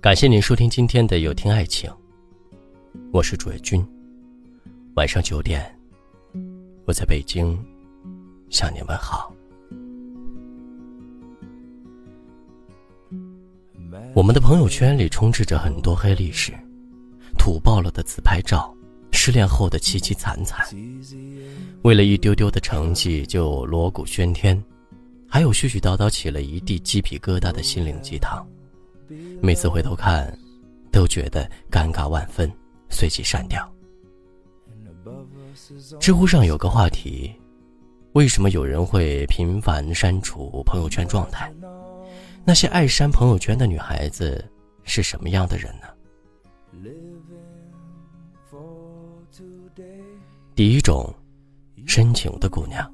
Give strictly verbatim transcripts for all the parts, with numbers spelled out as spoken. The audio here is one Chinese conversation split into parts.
感谢您收听今天的有听爱情，我是主页君。晚上九点，我在北京向您问好。我们的朋友圈里充斥着很多黑历史，土爆了的自拍照，失恋后的凄凄惨惨，为了一丢丢的成绩就锣鼓喧天，还有絮絮叨叨起了一地鸡皮疙瘩的心灵鸡汤。每次回头看都觉得尴尬万分，随即删掉。知乎上有个话题，为什么有人会频繁删除朋友圈状态？那些爱删朋友圈的女孩子是什么样的人呢？第一种，深情的姑娘。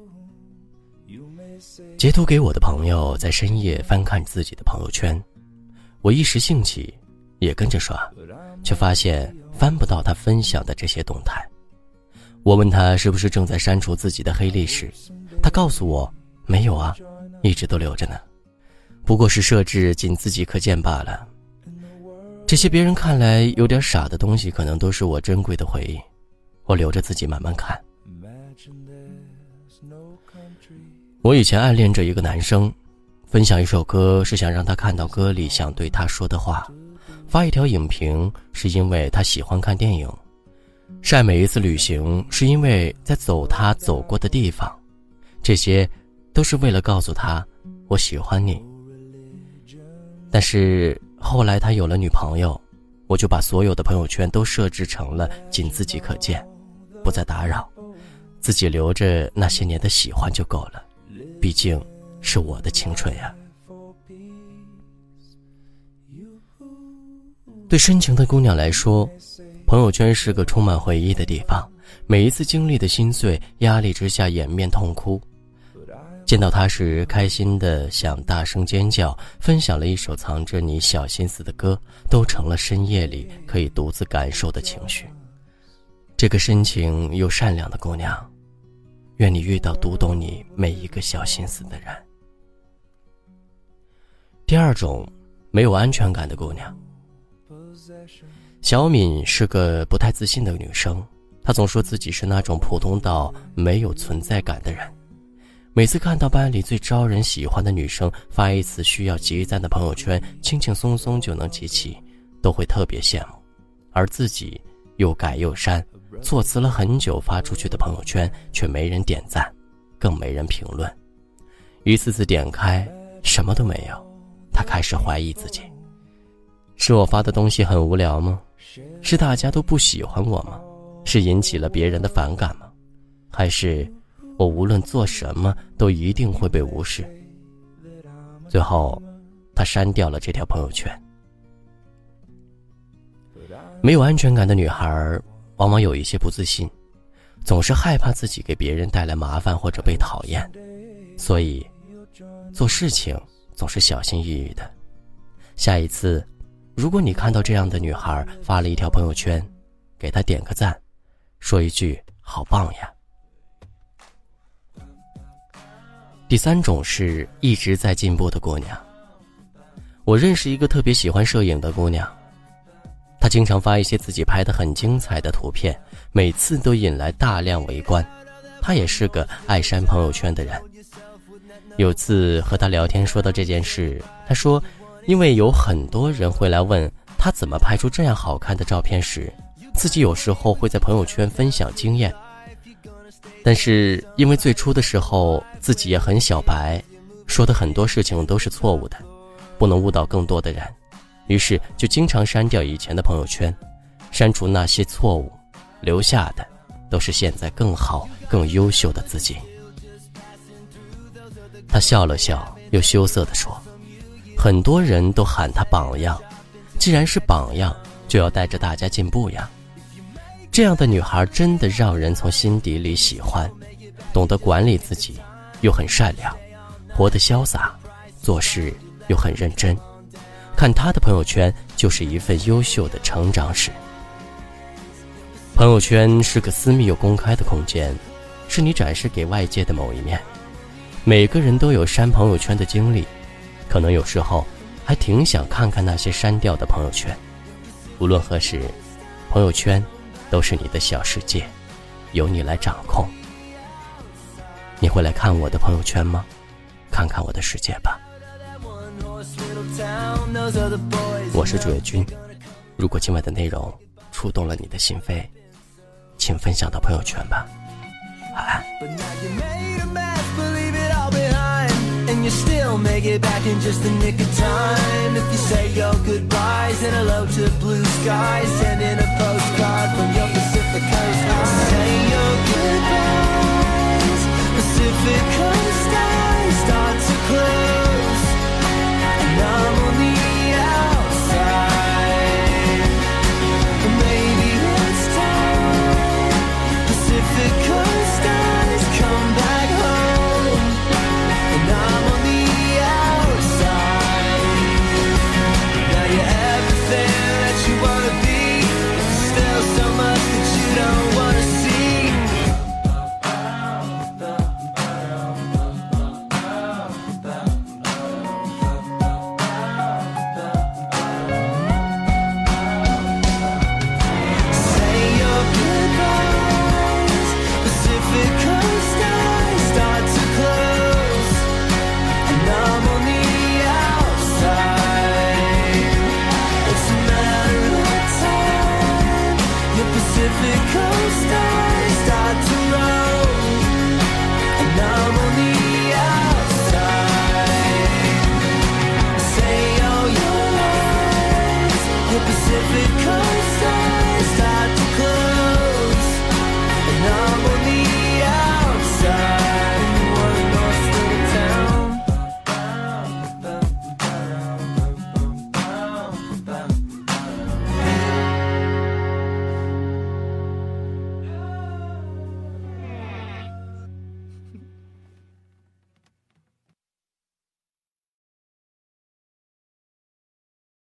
截图给我的朋友在深夜翻看自己的朋友圈，我一时兴起也跟着刷，却发现翻不到他分享的这些动态。我问他是不是正在删除自己的黑历史，他告诉我没有啊，一直都留着呢，不过是设置仅自己可见罢了。这些别人看来有点傻的东西，可能都是我珍贵的回忆，我留着自己慢慢看。我以前暗恋着一个男生，分享一首歌是想让他看到歌里想对他说的话，发一条影评是因为他喜欢看电影，晒每一次旅行是因为在走他走过的地方，这些都是为了告诉他我喜欢你。但是后来他有了女朋友，我就把所有的朋友圈都设置成了仅自己可见，不再打扰，自己留着那些年的喜欢就够了，毕竟是我的青春呀。对深情的姑娘来说，朋友圈是个充满回忆的地方，每一次经历的心碎，压力之下掩面痛哭，见到她时开心的想大声尖叫，分享了一首藏着你小心思的歌，都成了深夜里可以独自感受的情绪。这个深情又善良的姑娘，愿你遇到读懂你每一个小心思的人。第二种，没有安全感的姑娘。小敏是个不太自信的女生，她总说自己是那种普通到没有存在感的人。每次看到班里最招人喜欢的女生发一次需要集赞的朋友圈，轻轻松松就能集齐，都会特别羡慕。而自己又改又删，措辞了很久发出去的朋友圈却没人点赞，更没人评论。一次次点开，什么都没有，她开始怀疑自己。是我发的东西很无聊吗？是大家都不喜欢我吗？是引起了别人的反感吗？还是我无论做什么都一定会被无视？最后他删掉了这条朋友圈。没有安全感的女孩往往有一些不自信，总是害怕自己给别人带来麻烦或者被讨厌，所以做事情总是小心翼翼的。下一次如果你看到这样的女孩发了一条朋友圈，给她点个赞，说一句好棒呀。第三种是一直在进步的姑娘。我认识一个特别喜欢摄影的姑娘，她经常发一些自己拍得很精彩的图片，每次都引来大量围观。她也是个爱删朋友圈的人。有次和她聊天说到这件事，她说因为有很多人会来问她怎么拍出这样好看的照片时，自己有时候会在朋友圈分享经验，但是因为最初的时候自己也很小白，说的很多事情都是错误的，不能误导更多的人，于是就经常删掉以前的朋友圈，删除那些错误，留下的都是现在更好更优秀的自己。他笑了笑，又羞涩地说，很多人都喊他榜样，既然是榜样，就要带着大家进步呀。这样的女孩真的让人从心底里喜欢，懂得管理自己，又很善良，活得潇洒，做事又很认真。看她的朋友圈就是一份优秀的成长史。朋友圈是个私密又公开的空间，是你展示给外界的某一面。每个人都有删朋友圈的经历，可能有时候还挺想看看那些删掉的朋友圈。无论何时，朋友圈都是你的小世界，由你来掌控。你会来看我的朋友圈吗？看看我的世界吧。我是主页君，如果今晚的内容触动了你的心扉，请分享到朋友圈吧。晚安。And you still make it back in just the nick of time. If you say your goodbyes and hello to blue skies, standing